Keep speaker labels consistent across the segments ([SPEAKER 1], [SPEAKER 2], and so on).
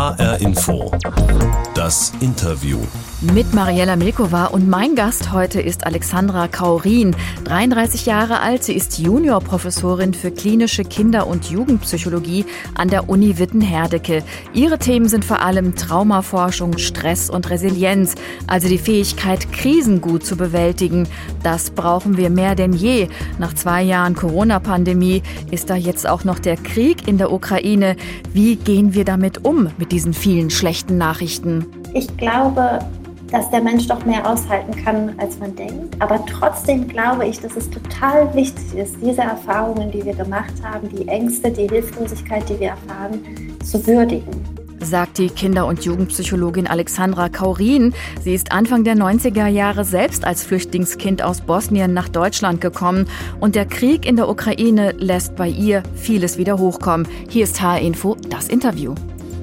[SPEAKER 1] HR Info. Das Interview.
[SPEAKER 2] Mit Mariella Milkova und mein Gast heute ist Alexandra Kaurin, 33 Jahre alt. Sie ist Juniorprofessorin für klinische Kinder- und Jugendpsychologie an der Uni Witten-Herdecke. Ihre Themen sind vor allem Traumaforschung, Stress und Resilienz, also die Fähigkeit, Krisen gut zu bewältigen. Das brauchen wir mehr denn je. Nach 2 Jahren Corona-Pandemie ist da jetzt auch noch der Krieg in der Ukraine. Wie gehen wir damit um, mit diesen vielen schlechten Nachrichten?
[SPEAKER 3] Ich glaube, dass der Mensch doch mehr aushalten kann, als man denkt. Aber trotzdem glaube ich, dass es total wichtig ist, diese Erfahrungen, die wir gemacht haben, die Ängste, die Hilflosigkeit, die wir erfahren, zu würdigen.
[SPEAKER 2] Sagt die Kinder- und Jugendpsychologin Alexandra Kaurin. Sie ist Anfang der 90er Jahre selbst als Flüchtlingskind aus Bosnien nach Deutschland gekommen. Und der Krieg in der Ukraine lässt bei ihr vieles wieder hochkommen. Hier ist HR Info, das Interview.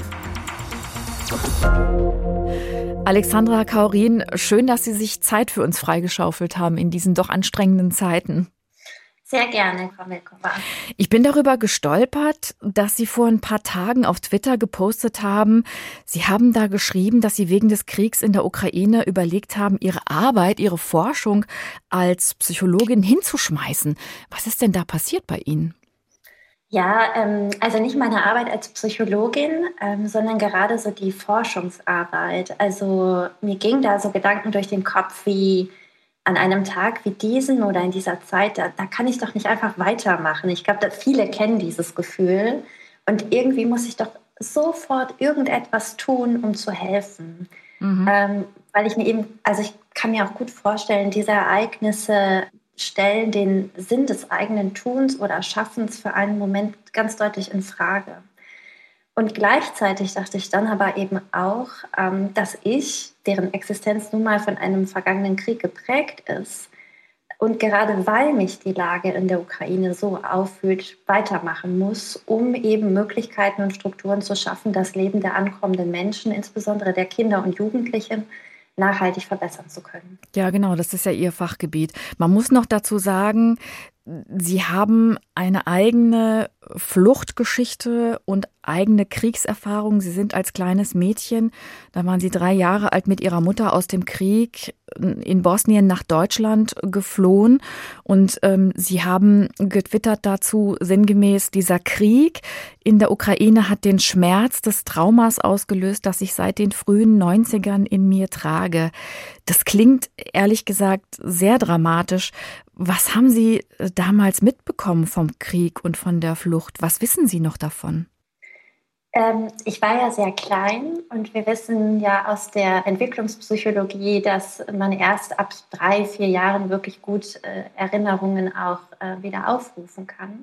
[SPEAKER 2] Alexandra Kaurin, schön, dass Sie sich Zeit für uns freigeschaufelt haben in diesen doch anstrengenden Zeiten.
[SPEAKER 3] Sehr gerne, Frau Milkova.
[SPEAKER 2] Ich bin darüber gestolpert, dass Sie vor ein paar Tagen auf Twitter gepostet haben. Sie haben da geschrieben, dass Sie wegen des Kriegs in der Ukraine überlegt haben, Ihre Arbeit, Ihre Forschung als Psychologin hinzuschmeißen. Was ist denn da passiert bei Ihnen?
[SPEAKER 3] Ja, also nicht meine Arbeit als Psychologin, sondern gerade so die Forschungsarbeit. Also mir ging da so Gedanken durch den Kopf wie an einem Tag wie diesen oder in dieser Zeit, da kann ich doch nicht einfach weitermachen. Ich glaube, viele kennen dieses Gefühl und irgendwie muss ich doch sofort irgendetwas tun, um zu helfen. Weil ich mir eben, also ich kann mir auch gut vorstellen, diese Ereignisse stellen den Sinn des eigenen Tuns oder Schaffens für einen Moment ganz deutlich in Frage. Und gleichzeitig dachte ich dann aber eben auch, dass ich, deren Existenz nun mal von einem vergangenen Krieg geprägt ist und gerade weil mich die Lage in der Ukraine so auffühlt, weitermachen muss, um eben Möglichkeiten und Strukturen zu schaffen, das Leben der ankommenden Menschen, insbesondere der Kinder und Jugendlichen, nachhaltig verbessern zu können.
[SPEAKER 2] Ja, genau, das ist ja Ihr Fachgebiet. Man muss noch dazu sagen, Sie haben eine eigene Fluchtgeschichte und eigene Kriegserfahrung. Sie sind als kleines Mädchen, da waren Sie 3 Jahre alt, mit Ihrer Mutter aus dem Krieg in Bosnien nach Deutschland geflohen. Und Sie haben getwittert dazu sinngemäß, dieser Krieg in der Ukraine hat den Schmerz des Traumas ausgelöst, das ich seit den frühen 90ern in mir trage. Das klingt ehrlich gesagt sehr dramatisch. Was haben Sie damals mitbekommen vom Krieg und von der Flucht? Was wissen Sie noch davon?
[SPEAKER 3] Ich war ja sehr klein und wir wissen ja aus der Entwicklungspsychologie, dass man erst ab 3, 4 Jahren wirklich gut Erinnerungen auch wieder aufrufen kann.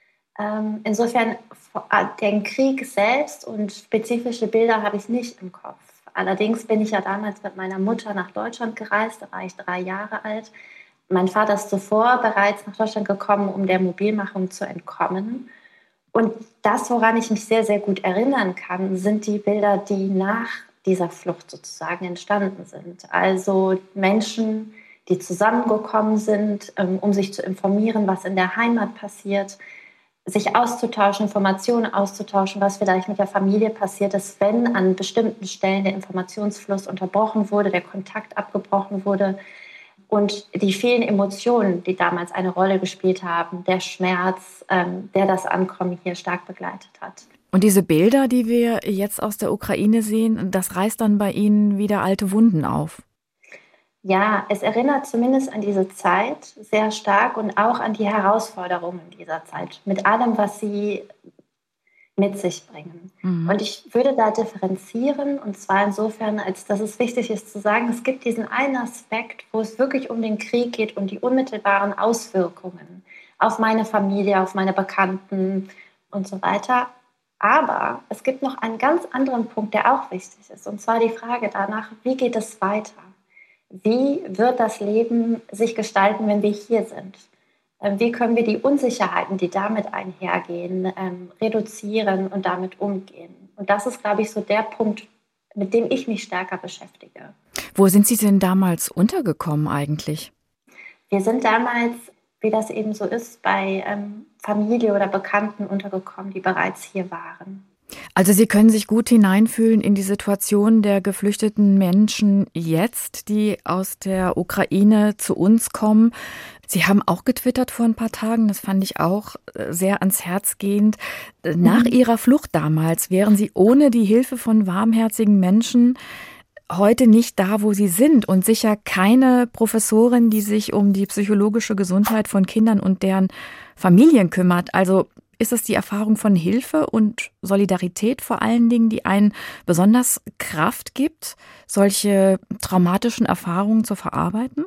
[SPEAKER 3] Insofern den Krieg selbst und spezifische Bilder habe ich nicht im Kopf. Allerdings bin ich ja damals mit meiner Mutter nach Deutschland gereist, da war ich 3 Jahre alt. Mein Vater ist zuvor bereits nach Deutschland gekommen, um der Mobilmachung zu entkommen. Und das, woran ich mich sehr, sehr gut erinnern kann, sind die Bilder, die nach dieser Flucht sozusagen entstanden sind. Also Menschen, die zusammengekommen sind, um sich zu informieren, was in der Heimat passiert, sich auszutauschen, Informationen auszutauschen, was vielleicht mit der Familie passiert ist, wenn an bestimmten Stellen der Informationsfluss unterbrochen wurde, der Kontakt abgebrochen wurde. Und die vielen Emotionen, die damals eine Rolle gespielt haben, der Schmerz, der das Ankommen hier stark begleitet hat.
[SPEAKER 2] Und diese Bilder, die wir jetzt aus der Ukraine sehen, das reißt dann bei Ihnen wieder alte Wunden auf?
[SPEAKER 3] Ja, es erinnert zumindest an diese Zeit sehr stark und auch an die Herausforderungen dieser Zeit, mit allem, was sie mit sich bringen. Und ich würde da differenzieren, und zwar insofern, als dass es wichtig ist zu sagen, es gibt diesen einen Aspekt, wo es wirklich um den Krieg geht und die unmittelbaren Auswirkungen auf meine Familie, auf meine Bekannten und so weiter. Aber es gibt noch einen ganz anderen Punkt, der auch wichtig ist, und zwar die Frage danach, wie geht es weiter? Wie wird das Leben sich gestalten, wenn wir hier sind? Wie können wir die Unsicherheiten, die damit einhergehen, reduzieren und damit umgehen? Und das ist, glaube ich, so der Punkt, mit dem ich mich stärker beschäftige.
[SPEAKER 2] Wo sind Sie denn damals untergekommen eigentlich?
[SPEAKER 3] Wir sind damals, wie das eben so ist, bei Familie oder Bekannten untergekommen, die bereits hier waren.
[SPEAKER 2] Also Sie können sich gut hineinfühlen in die Situation der geflüchteten Menschen jetzt, die aus der Ukraine zu uns kommen. Sie haben auch getwittert vor ein paar Tagen, das fand ich auch sehr ans Herz gehend. Nach Ihrer Flucht damals wären Sie ohne die Hilfe von warmherzigen Menschen heute nicht da, wo Sie sind und sicher keine Professorin, die sich um die psychologische Gesundheit von Kindern und deren Familien kümmert. Also ist es die Erfahrung von Hilfe und Solidarität vor allen Dingen, die einen besonders Kraft gibt, solche traumatischen Erfahrungen zu verarbeiten?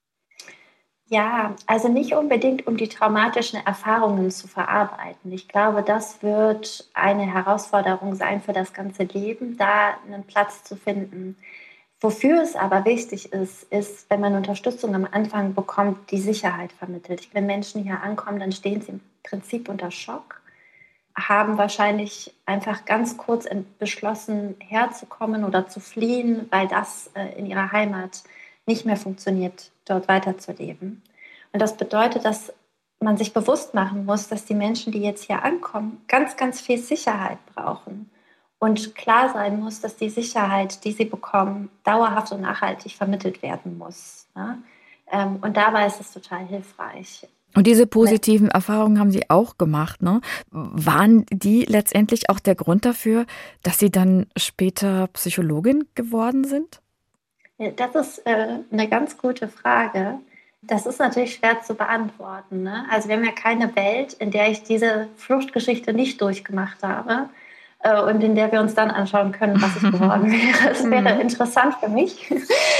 [SPEAKER 3] Ja, also nicht unbedingt, um die traumatischen Erfahrungen zu verarbeiten. Ich glaube, das wird eine Herausforderung sein für das ganze Leben, da einen Platz zu finden. Wofür es aber wichtig ist, wenn man Unterstützung am Anfang bekommt, die Sicherheit vermittelt. Wenn Menschen hier ankommen, dann stehen sie im Prinzip unter Schock, haben wahrscheinlich einfach ganz kurz beschlossen, herzukommen oder zu fliehen, weil das in ihrer Heimat nicht mehr funktioniert, dort weiterzuleben. Und das bedeutet, dass man sich bewusst machen muss, dass die Menschen, die jetzt hier ankommen, ganz, ganz viel Sicherheit brauchen. Und klar sein muss, dass die Sicherheit, die sie bekommen, dauerhaft und nachhaltig vermittelt werden muss. Ne? Und dabei ist es total hilfreich.
[SPEAKER 2] Und diese positiven Erfahrungen haben Sie auch gemacht, ne? Waren die letztendlich auch der Grund dafür, dass Sie dann später Psychologin geworden sind?
[SPEAKER 3] Das ist eine ganz gute Frage. Das ist natürlich schwer zu beantworten. Ne? Also wir haben ja keine Welt, in der ich diese Fluchtgeschichte nicht durchgemacht habe und in der wir uns dann anschauen können, was ich geworden wäre. Das wäre interessant für mich.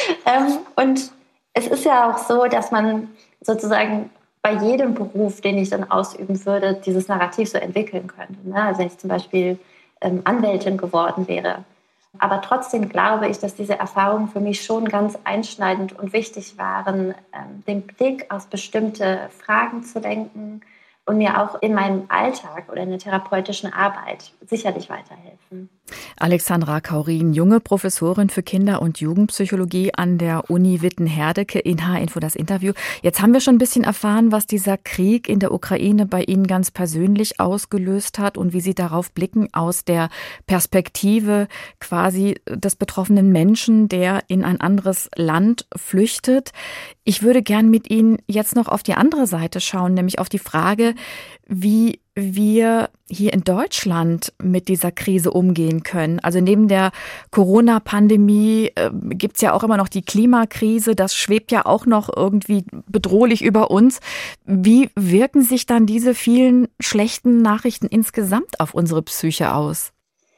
[SPEAKER 3] Und es ist ja auch so, dass man sozusagen bei jedem Beruf, den ich dann ausüben würde, dieses Narrativ so entwickeln könnte. Ne? Also wenn ich zum Beispiel Anwältin geworden wäre. Aber trotzdem glaube ich, dass diese Erfahrungen für mich schon ganz einschneidend und wichtig waren, den Blick auf bestimmte Fragen zu lenken und mir auch in meinem Alltag oder in der therapeutischen Arbeit sicherlich weiterhelfen.
[SPEAKER 2] Alexandra Kaurin, junge Professorin für Kinder- und Jugendpsychologie an der Uni Witten-Herdecke, in H-Info das Interview. Jetzt haben wir schon ein bisschen erfahren, was dieser Krieg in der Ukraine bei Ihnen ganz persönlich ausgelöst hat und wie Sie darauf blicken aus der Perspektive quasi des betroffenen Menschen, der in ein anderes Land flüchtet. Ich würde gern mit Ihnen jetzt noch auf die andere Seite schauen, nämlich auf die Frage, wie wir hier in Deutschland mit dieser Krise umgehen können. Also neben der Corona-Pandemie gibt's ja auch immer noch die Klimakrise. Das schwebt ja auch noch irgendwie bedrohlich über uns. Wie wirken sich dann diese vielen schlechten Nachrichten insgesamt auf unsere Psyche aus?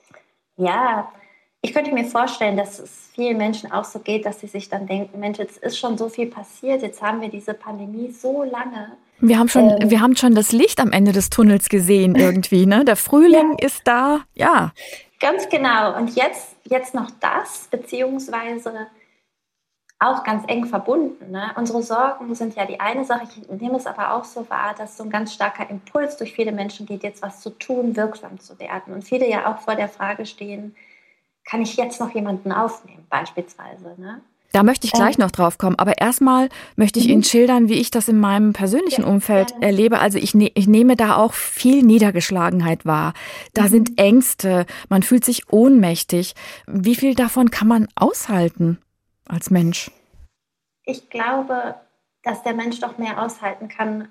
[SPEAKER 3] Ja, ich könnte mir vorstellen, dass es vielen Menschen auch so geht, dass sie sich dann denken, Mensch, jetzt ist schon so viel passiert, jetzt haben wir diese Pandemie so lange. Wir
[SPEAKER 2] haben schon das Licht am Ende des Tunnels gesehen irgendwie, ne? Der Frühling ist da, ja.
[SPEAKER 3] Ganz genau. Und jetzt noch das, beziehungsweise auch ganz eng verbunden. Ne? Unsere Sorgen sind ja die eine Sache. Ich nehme es aber auch so wahr, dass so ein ganz starker Impuls durch viele Menschen geht, jetzt was zu tun, wirksam zu werden. Und viele ja auch vor der Frage stehen, kann ich jetzt noch jemanden aufnehmen, beispielsweise, ne?
[SPEAKER 2] Da möchte ich gleich noch drauf kommen. Aber erstmal möchte ich Ihnen schildern, wie ich das in meinem persönlichen Umfeld erlebe. Also ich nehme da auch viel Niedergeschlagenheit wahr. Da sind Ängste, man fühlt sich ohnmächtig. Wie viel davon kann man aushalten als Mensch?
[SPEAKER 3] Ich glaube, dass der Mensch doch mehr aushalten kann,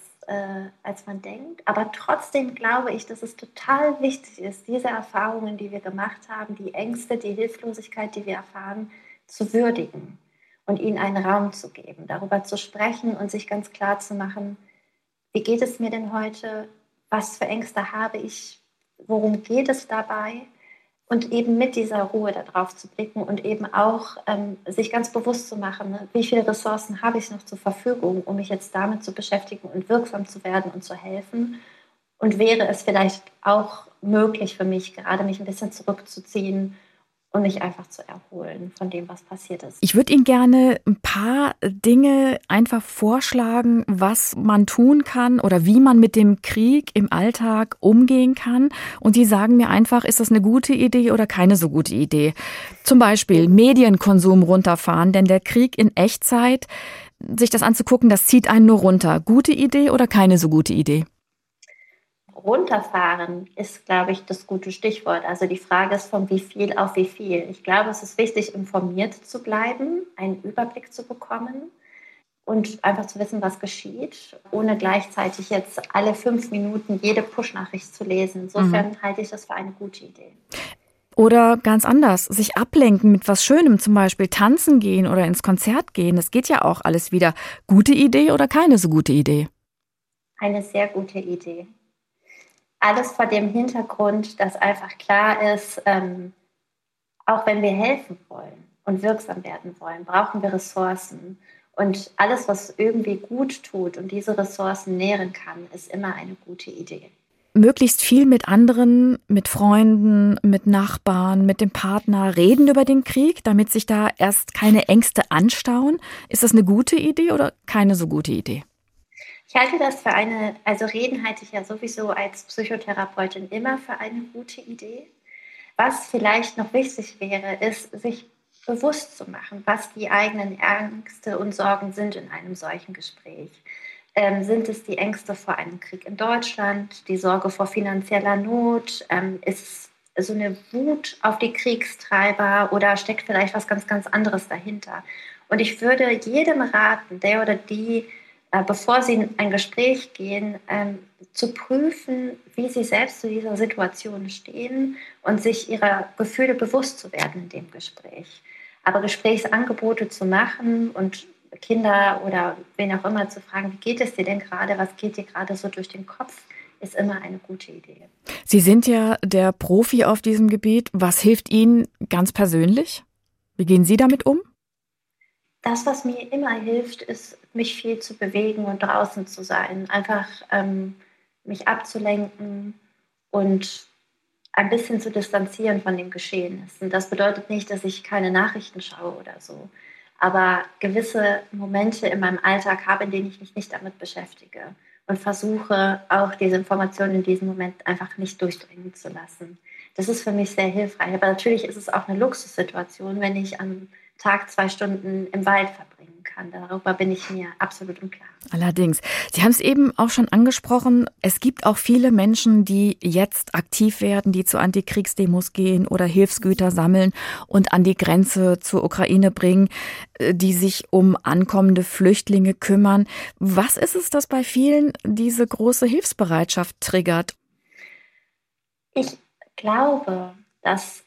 [SPEAKER 3] als man denkt. Aber trotzdem glaube ich, dass es total wichtig ist, diese Erfahrungen, die wir gemacht haben, die Ängste, die Hilflosigkeit, die wir erfahren, zu würdigen und ihnen einen Raum zu geben, darüber zu sprechen und sich ganz klar zu machen, wie geht es mir denn heute, was für Ängste habe ich, worum geht es dabei und eben mit dieser Ruhe darauf zu blicken und eben auch sich ganz bewusst zu machen, ne, wie viele Ressourcen habe ich noch zur Verfügung, um mich jetzt damit zu beschäftigen und wirksam zu werden und zu helfen und wäre es vielleicht auch möglich für mich, gerade mich ein bisschen zurückzuziehen und mich einfach zu erholen von dem, was passiert ist.
[SPEAKER 2] Ich würde Ihnen gerne ein paar Dinge einfach vorschlagen, was man tun kann oder wie man mit dem Krieg im Alltag umgehen kann. Und Sie sagen mir einfach, ist das eine gute Idee oder keine so gute Idee? Zum Beispiel Medienkonsum runterfahren, denn der Krieg in Echtzeit, sich das anzugucken, das zieht einen nur runter. Gute Idee oder keine so gute Idee?
[SPEAKER 3] runterfahren ist, glaube ich, das gute Stichwort. Also die Frage ist von wie viel auf wie viel. Ich glaube, es ist wichtig, informiert zu bleiben, einen Überblick zu bekommen und einfach zu wissen, was geschieht, ohne gleichzeitig jetzt alle 5 Minuten jede Push-Nachricht zu lesen. Insofern halte ich das für eine gute Idee.
[SPEAKER 2] Oder ganz anders, sich ablenken mit was Schönem, zum Beispiel tanzen gehen oder ins Konzert gehen. Das geht ja auch alles wieder. Gute Idee oder keine so gute Idee?
[SPEAKER 3] Eine sehr gute Idee. Alles vor dem Hintergrund, dass einfach klar ist, auch wenn wir helfen wollen und wirksam werden wollen, brauchen wir Ressourcen. Und alles, was irgendwie gut tut und diese Ressourcen nähren kann, ist immer eine gute Idee.
[SPEAKER 2] Möglichst viel mit anderen, mit Freunden, mit Nachbarn, mit dem Partner reden über den Krieg, damit sich da erst keine Ängste anstauen. Ist das eine gute Idee oder keine so gute Idee?
[SPEAKER 3] Ich halte das für also Reden halte ich ja sowieso als Psychotherapeutin immer für eine gute Idee. Was vielleicht noch wichtig wäre, ist, sich bewusst zu machen, was die eigenen Ängste und Sorgen sind in einem solchen Gespräch. Sind es die Ängste vor einem Krieg in Deutschland, die Sorge vor finanzieller Not? Ist es so eine Wut auf die Kriegstreiber oder steckt vielleicht was ganz, ganz anderes dahinter? Und ich würde jedem raten, der oder die, bevor sie in ein Gespräch gehen, zu prüfen, wie sie selbst zu dieser Situation stehen und sich ihrer Gefühle bewusst zu werden in dem Gespräch. Aber Gesprächsangebote zu machen und Kinder oder wen auch immer zu fragen, wie geht es dir denn gerade, was geht dir gerade so durch den Kopf, ist immer eine gute Idee.
[SPEAKER 2] Sie sind ja der Profi auf diesem Gebiet. Was hilft Ihnen ganz persönlich? Wie gehen Sie damit um?
[SPEAKER 3] Das, was mir immer hilft, ist, mich viel zu bewegen und draußen zu sein. Einfach mich abzulenken und ein bisschen zu distanzieren von den Geschehnissen. Das bedeutet nicht, dass ich keine Nachrichten schaue oder so, aber gewisse Momente in meinem Alltag habe, in denen ich mich nicht damit beschäftige und versuche auch diese Informationen in diesem Moment einfach nicht durchdringen zu lassen. Das ist für mich sehr hilfreich. Aber natürlich ist es auch eine Luxussituation, wenn ich am Tag 2 Stunden im Wald verbringen kann. Darüber bin ich mir absolut im Klaren.
[SPEAKER 2] Allerdings. Sie haben es eben auch schon angesprochen. Es gibt auch viele Menschen, die jetzt aktiv werden, die zu Antikriegsdemos gehen oder Hilfsgüter sammeln und an die Grenze zur Ukraine bringen, die sich um ankommende Flüchtlinge kümmern. Was ist es, das bei vielen diese große Hilfsbereitschaft triggert?
[SPEAKER 3] Ich glaube, dass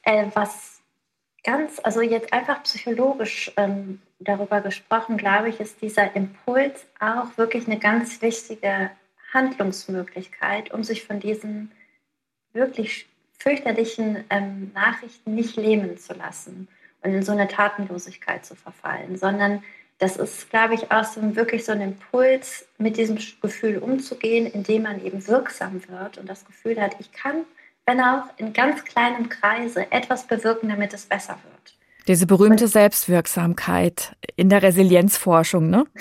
[SPEAKER 3] also jetzt einfach psychologisch darüber gesprochen, glaube ich, ist dieser Impuls auch wirklich eine ganz wichtige Handlungsmöglichkeit, um sich von diesen wirklich fürchterlichen Nachrichten nicht lähmen zu lassen und in so eine Tatenlosigkeit zu verfallen, sondern das ist, glaube ich, auch wirklich so ein Impuls, mit diesem Gefühl umzugehen, indem man eben wirksam wird und das Gefühl hat, ich kann, wenn auch in ganz kleinem Kreise, etwas bewirken, damit es besser wird.
[SPEAKER 2] Diese berühmte Selbstwirksamkeit in der Resilienzforschung, ne?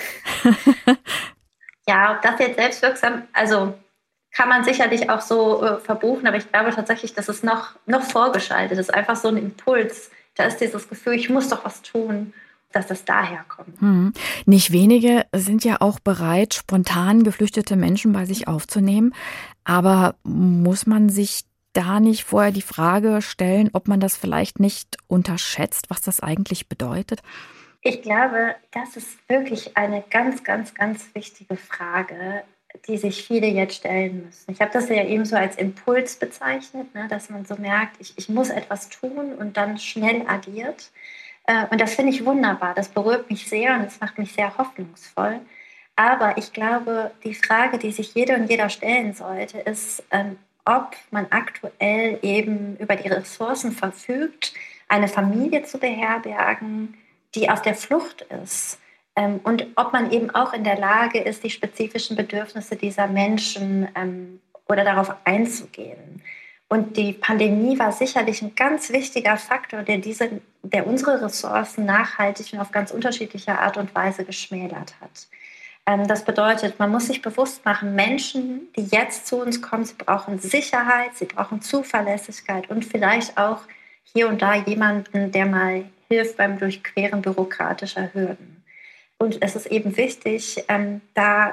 [SPEAKER 3] Ja, ob das jetzt selbstwirksam, also kann man sicherlich auch so verbuchen, aber ich glaube tatsächlich, dass es noch vorgeschaltet ist. Einfach so ein Impuls. Da ist dieses Gefühl, ich muss doch was tun, dass das daherkommt.
[SPEAKER 2] Nicht wenige sind ja auch bereit, spontan geflüchtete Menschen bei sich aufzunehmen. Aber muss man sich da nicht vorher die Frage stellen, ob man das vielleicht nicht unterschätzt, was das eigentlich bedeutet?
[SPEAKER 3] Ich glaube, das ist wirklich eine ganz, ganz, ganz wichtige Frage, die sich viele jetzt stellen müssen. Ich habe das ja eben so als Impuls bezeichnet, ne, dass man so merkt, ich muss etwas tun und dann schnell agiert. Und das finde ich wunderbar. Das berührt mich sehr und es macht mich sehr hoffnungsvoll. Aber ich glaube, die Frage, die sich jede und jeder stellen sollte, ist, ob man aktuell eben über die Ressourcen verfügt, eine Familie zu beherbergen, die auf der Flucht ist. Und ob man eben auch in der Lage ist, die spezifischen Bedürfnisse dieser Menschen oder darauf einzugehen. Und die Pandemie war sicherlich ein ganz wichtiger Faktor, der unsere Ressourcen nachhaltig und auf ganz unterschiedliche Art und Weise geschmälert hat. Das bedeutet, man muss sich bewusst machen, Menschen, die jetzt zu uns kommen, sie brauchen Sicherheit, sie brauchen Zuverlässigkeit und vielleicht auch hier und da jemanden, der mal hilft beim Durchqueren bürokratischer Hürden. Und es ist eben wichtig, da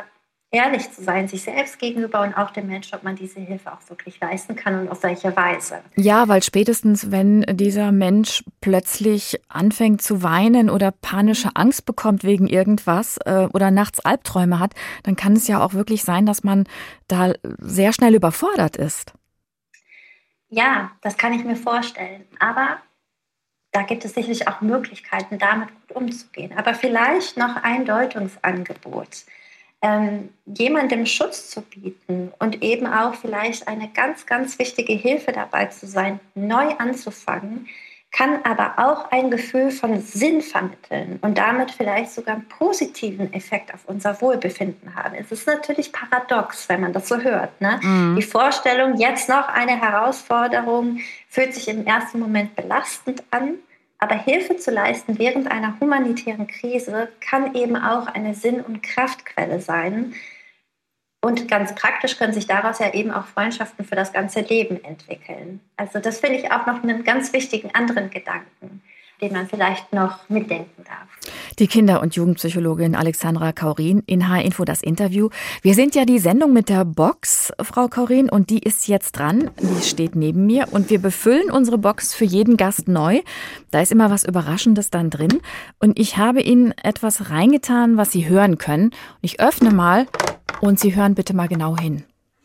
[SPEAKER 3] ehrlich zu sein, sich selbst gegenüber und auch dem Menschen, ob man diese Hilfe auch wirklich leisten kann und auf welche Weise.
[SPEAKER 2] Ja, weil spätestens, wenn dieser Mensch plötzlich anfängt zu weinen oder panische Angst bekommt wegen irgendwas oder nachts Albträume hat, dann kann es ja auch wirklich sein, dass man da sehr schnell überfordert ist.
[SPEAKER 3] Ja, das kann ich mir vorstellen. Aber da gibt es sicherlich auch Möglichkeiten, damit gut umzugehen. Aber vielleicht noch ein Deutungsangebot. Jemandem Schutz zu bieten und eben auch vielleicht eine ganz, ganz wichtige Hilfe dabei zu sein, neu anzufangen, kann aber auch ein Gefühl von Sinn vermitteln und damit vielleicht sogar einen positiven Effekt auf unser Wohlbefinden haben. Es ist natürlich paradox, wenn man das so hört, ne? Die Vorstellung, jetzt noch eine Herausforderung, fühlt sich im ersten Moment belastend an. Aber Hilfe zu leisten während einer humanitären Krise kann eben auch eine Sinn- und Kraftquelle sein. Und ganz praktisch können sich daraus ja eben auch Freundschaften für das ganze Leben entwickeln. Also das finde ich auch noch einen ganz wichtigen anderen Gedanken, den man vielleicht noch mitdenken darf.
[SPEAKER 2] Die Kinder- und Jugendpsychologin Alexandra Kaurin in H-Info das Interview. Wir sind ja die Sendung mit der Box, Frau Kaurin, und die ist jetzt dran. Die steht neben mir und wir befüllen unsere Box für jeden Gast neu. Da ist immer was Überraschendes dann drin. Und ich habe Ihnen etwas reingetan, was Sie hören können. Ich öffne mal und Sie hören bitte mal genau hin.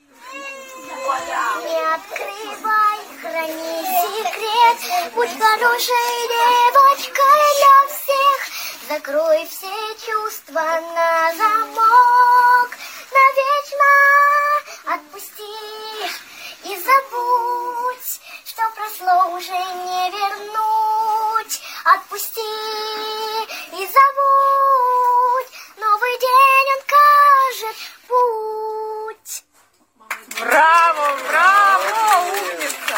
[SPEAKER 4] Будь хорошей девочкой для всех, закрой все чувства на замок, навечно отпусти и забудь, что прошло уже не вернуть. Отпусти и забудь, новый день он кажет путь.
[SPEAKER 5] Браво, браво, умница!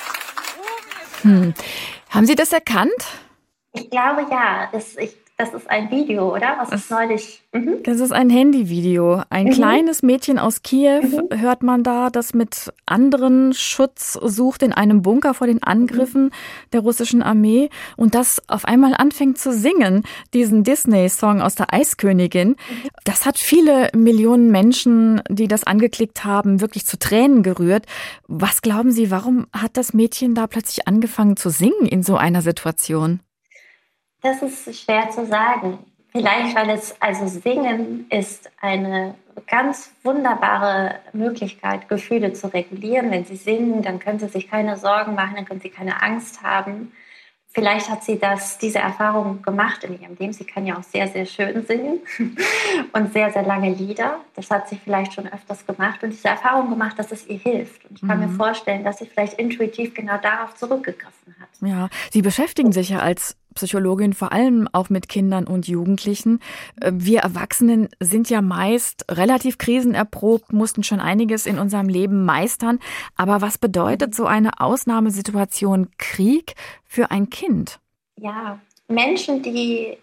[SPEAKER 2] Haben Sie das erkannt?
[SPEAKER 3] Ich glaube ja, das ist ein Video, oder? Was ist neulich?
[SPEAKER 2] Das ist ein Handyvideo. Ein kleines Mädchen aus Kiew hört man da, das mit anderen Schutz sucht in einem Bunker vor den Angriffen der russischen Armee und das auf einmal anfängt zu singen, diesen Disney-Song aus der Eiskönigin. Das hat viele Millionen Menschen, die das angeklickt haben, wirklich zu Tränen gerührt. Was glauben Sie, warum hat das Mädchen da plötzlich angefangen zu singen in so einer Situation?
[SPEAKER 3] Das ist schwer zu sagen. Vielleicht, weil Singen ist eine ganz wunderbare Möglichkeit, Gefühle zu regulieren. Wenn Sie singen, dann können Sie sich keine Sorgen machen, dann können Sie keine Angst haben. Vielleicht hat sie diese Erfahrung gemacht in ihrem Leben. Sie kann ja auch sehr, sehr schön singen und sehr, sehr lange Lieder. Das hat sie vielleicht schon öfters gemacht und diese Erfahrung gemacht, dass es ihr hilft. Und ich kann mir vorstellen, dass sie vielleicht intuitiv genau darauf zurückgegriffen hat.
[SPEAKER 2] Ja, Sie beschäftigen sich ja als Psychologin vor allem auch mit Kindern und Jugendlichen. Wir Erwachsenen sind ja meist relativ krisenerprobt, mussten schon einiges in unserem Leben meistern. Aber was bedeutet so eine Ausnahmesituation Krieg für ein Kind?
[SPEAKER 3] Ja, Menschen, die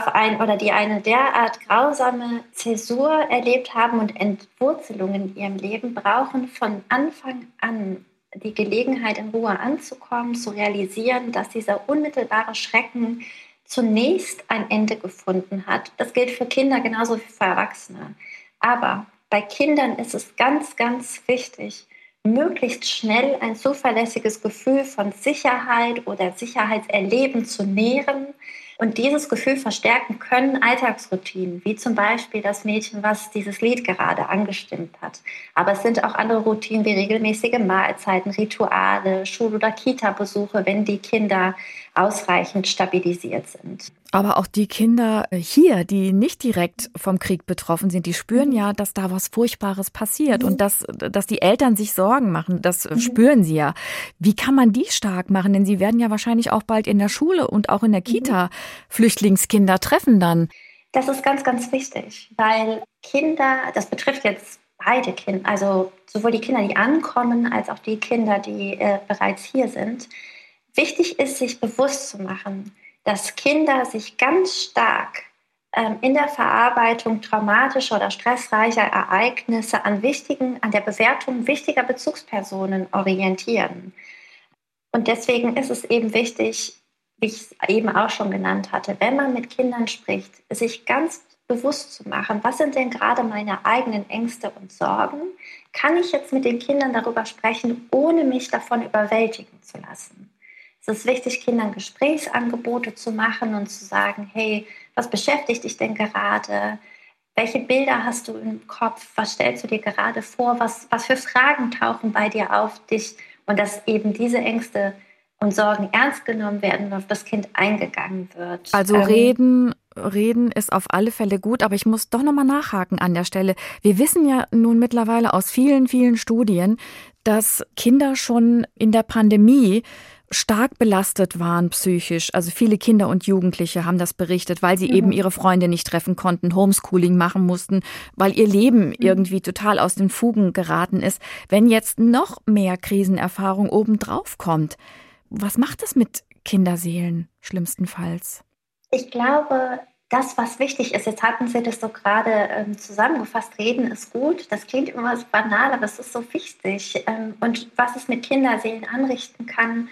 [SPEAKER 3] eine derart grausame Zäsur erlebt haben und Entwurzelung in ihrem Leben, brauchen von Anfang an die Gelegenheit, in Ruhe anzukommen, zu realisieren, dass dieser unmittelbare Schrecken zunächst ein Ende gefunden hat. Das gilt für Kinder genauso wie für Erwachsene. Aber bei Kindern ist es ganz, ganz wichtig, möglichst schnell ein zuverlässiges Gefühl von Sicherheit oder Sicherheitserleben zu nähren. Und dieses Gefühl verstärken können Alltagsroutinen, wie zum Beispiel das Mädchen, was dieses Lied gerade angestimmt hat. Aber es sind auch andere Routinen wie regelmäßige Mahlzeiten, Rituale, Schul- oder Kita-Besuche, wenn die Kinder ausreichend stabilisiert sind.
[SPEAKER 2] Aber auch die Kinder hier, die nicht direkt vom Krieg betroffen sind, die spüren ja, dass da was Furchtbares passiert und dass die Eltern sich Sorgen machen. Das spüren sie ja. Wie kann man die stark machen? Denn sie werden ja wahrscheinlich auch bald in der Schule und auch in der Kita Flüchtlingskinder treffen dann.
[SPEAKER 3] Das ist ganz, ganz wichtig, weil Kinder, das betrifft jetzt beide Kinder, also sowohl die Kinder, die ankommen, als auch die Kinder, die bereits hier sind. Wichtig ist, sich bewusst zu machen, dass Kinder sich ganz stark in der Verarbeitung traumatischer oder stressreicher Ereignisse an der Bewertung wichtiger Bezugspersonen orientieren. Und deswegen ist es eben wichtig, wie ich es eben auch schon genannt hatte, wenn man mit Kindern spricht, sich ganz bewusst zu machen, was sind denn gerade meine eigenen Ängste und Sorgen? Kann ich jetzt mit den Kindern darüber sprechen, ohne mich davon überwältigen zu lassen? Es ist wichtig, Kindern Gesprächsangebote zu machen und zu sagen, hey, was beschäftigt dich denn gerade? Welche Bilder hast du im Kopf? Was stellst du dir gerade vor? Was für Fragen tauchen bei dir auf dich? Und dass eben diese Ängste und Sorgen ernst genommen werden und auf das Kind eingegangen wird.
[SPEAKER 2] Also reden ist auf alle Fälle gut, aber ich muss doch nochmal nachhaken an der Stelle. Wir wissen ja nun mittlerweile aus vielen, vielen Studien, dass Kinder schon in der Pandemie stark belastet waren psychisch. Also viele Kinder und Jugendliche haben das berichtet, weil sie eben ihre Freunde nicht treffen konnten, Homeschooling machen mussten, weil ihr Leben irgendwie total aus den Fugen geraten ist. Wenn jetzt noch mehr Krisenerfahrung obendrauf kommt, was macht das mit Kinderseelen schlimmstenfalls?
[SPEAKER 3] Ich glaube, das, was wichtig ist, jetzt hatten Sie das so gerade zusammengefasst, reden ist gut. Das klingt immer so banal, aber es ist so wichtig. Und was es mit Kinderseelen anrichten kann,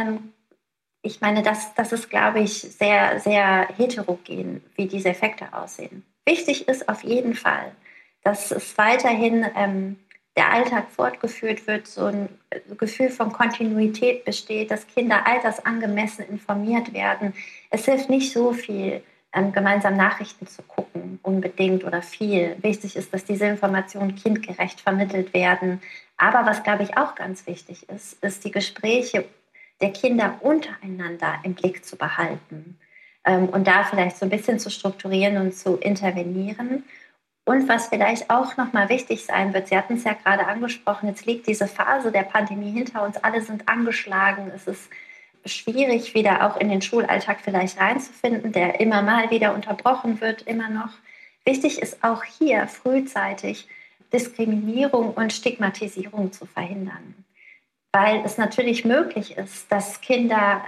[SPEAKER 3] ich meine, das ist, glaube ich, sehr, sehr heterogen, wie diese Effekte aussehen. Wichtig ist auf jeden Fall, dass es weiterhin der Alltag fortgeführt wird, so ein Gefühl von Kontinuität besteht, dass Kinder altersangemessen informiert werden. Es hilft nicht so viel, gemeinsam Nachrichten zu gucken, unbedingt oder viel. Wichtig ist, dass diese Informationen kindgerecht vermittelt werden. Aber was, glaube ich, auch ganz wichtig ist die Gespräche der Kinder untereinander im Blick zu behalten und da vielleicht so ein bisschen zu strukturieren und zu intervenieren. Und was vielleicht auch nochmal wichtig sein wird, Sie hatten es ja gerade angesprochen, jetzt liegt diese Phase der Pandemie hinter uns, alle sind angeschlagen, es ist schwierig, wieder auch in den Schulalltag vielleicht reinzufinden, der immer mal wieder unterbrochen wird, immer noch. Wichtig ist auch hier frühzeitig Diskriminierung und Stigmatisierung zu verhindern, weil es natürlich möglich ist, dass Kinder,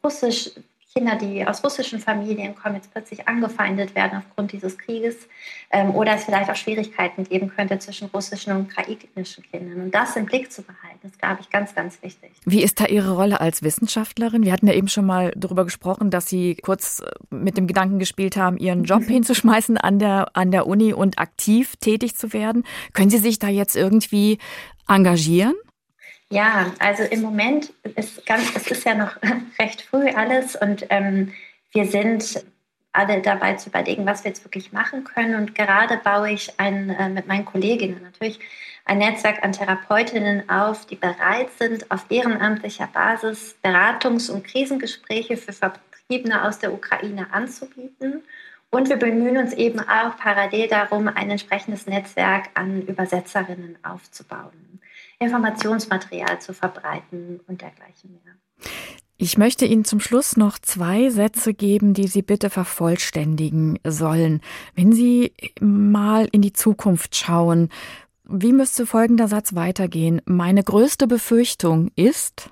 [SPEAKER 3] die aus russischen Familien kommen, jetzt plötzlich angefeindet werden aufgrund dieses Krieges oder es vielleicht auch Schwierigkeiten geben könnte zwischen russischen und ukrainischen Kindern. Und das im Blick zu behalten, ist, glaube ich, ganz, ganz wichtig.
[SPEAKER 2] Wie ist da Ihre Rolle als Wissenschaftlerin? Wir hatten ja eben schon mal darüber gesprochen, dass Sie kurz mit dem Gedanken gespielt haben, Ihren Job hinzuschmeißen an der Uni und aktiv tätig zu werden. Können Sie sich da jetzt irgendwie engagieren?
[SPEAKER 3] Ja, also im Moment es ist ja noch recht früh alles und wir sind alle dabei zu überlegen, was wir jetzt wirklich machen können. Und gerade baue ich mit meinen Kolleginnen natürlich ein Netzwerk an Therapeutinnen auf, die bereit sind, auf ehrenamtlicher Basis Beratungs- und Krisengespräche für Vertriebene aus der Ukraine anzubieten. Und wir bemühen uns eben auch parallel darum, ein entsprechendes Netzwerk an Übersetzerinnen aufzubauen, Informationsmaterial zu verbreiten und dergleichen mehr.
[SPEAKER 2] Ich möchte Ihnen zum Schluss noch 2 Sätze geben, die Sie bitte vervollständigen sollen. Wenn Sie mal in die Zukunft schauen, wie müsste folgender Satz weitergehen? Meine größte Befürchtung ist,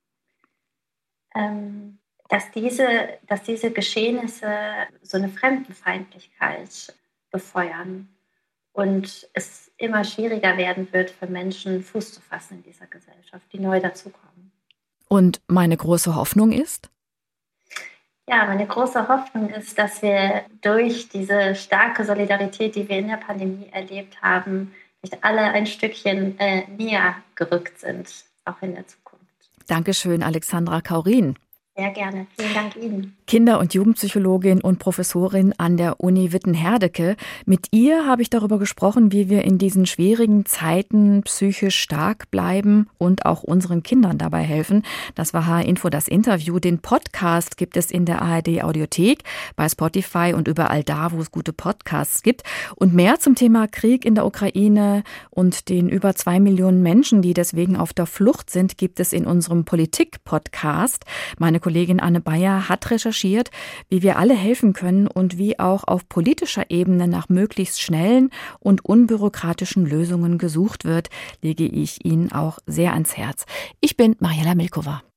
[SPEAKER 3] dass diese Geschehnisse so eine Fremdenfeindlichkeit befeuern und es immer schwieriger werden wird, für Menschen Fuß zu fassen in dieser Gesellschaft, die neu dazukommen.
[SPEAKER 2] Und meine große Hoffnung ist?
[SPEAKER 3] Ja, meine große Hoffnung ist, dass wir durch diese starke Solidarität, die wir in der Pandemie erlebt haben, nicht alle ein Stückchen näher gerückt sind, auch in der Zukunft.
[SPEAKER 2] Dankeschön, Alexandra Kaurin.
[SPEAKER 3] Sehr gerne. Vielen Dank Ihnen.
[SPEAKER 2] Kinder- und Jugendpsychologin und Professorin an der Uni Witten-Herdecke. Mit ihr habe ich darüber gesprochen, wie wir in diesen schwierigen Zeiten psychisch stark bleiben und auch unseren Kindern dabei helfen. Das war H-Info, das Interview. Den Podcast gibt es in der ARD-Audiothek, bei Spotify und überall da, wo es gute Podcasts gibt. Und mehr zum Thema Krieg in der Ukraine und den über 2 Millionen Menschen, die deswegen auf der Flucht sind, gibt es in unserem Politik-Podcast. Meine Kollegin Anne Bayer hat recherchiert, wie wir alle helfen können und wie auch auf politischer Ebene nach möglichst schnellen und unbürokratischen Lösungen gesucht wird, lege ich Ihnen auch sehr ans Herz. Ich bin Mariella Milkova.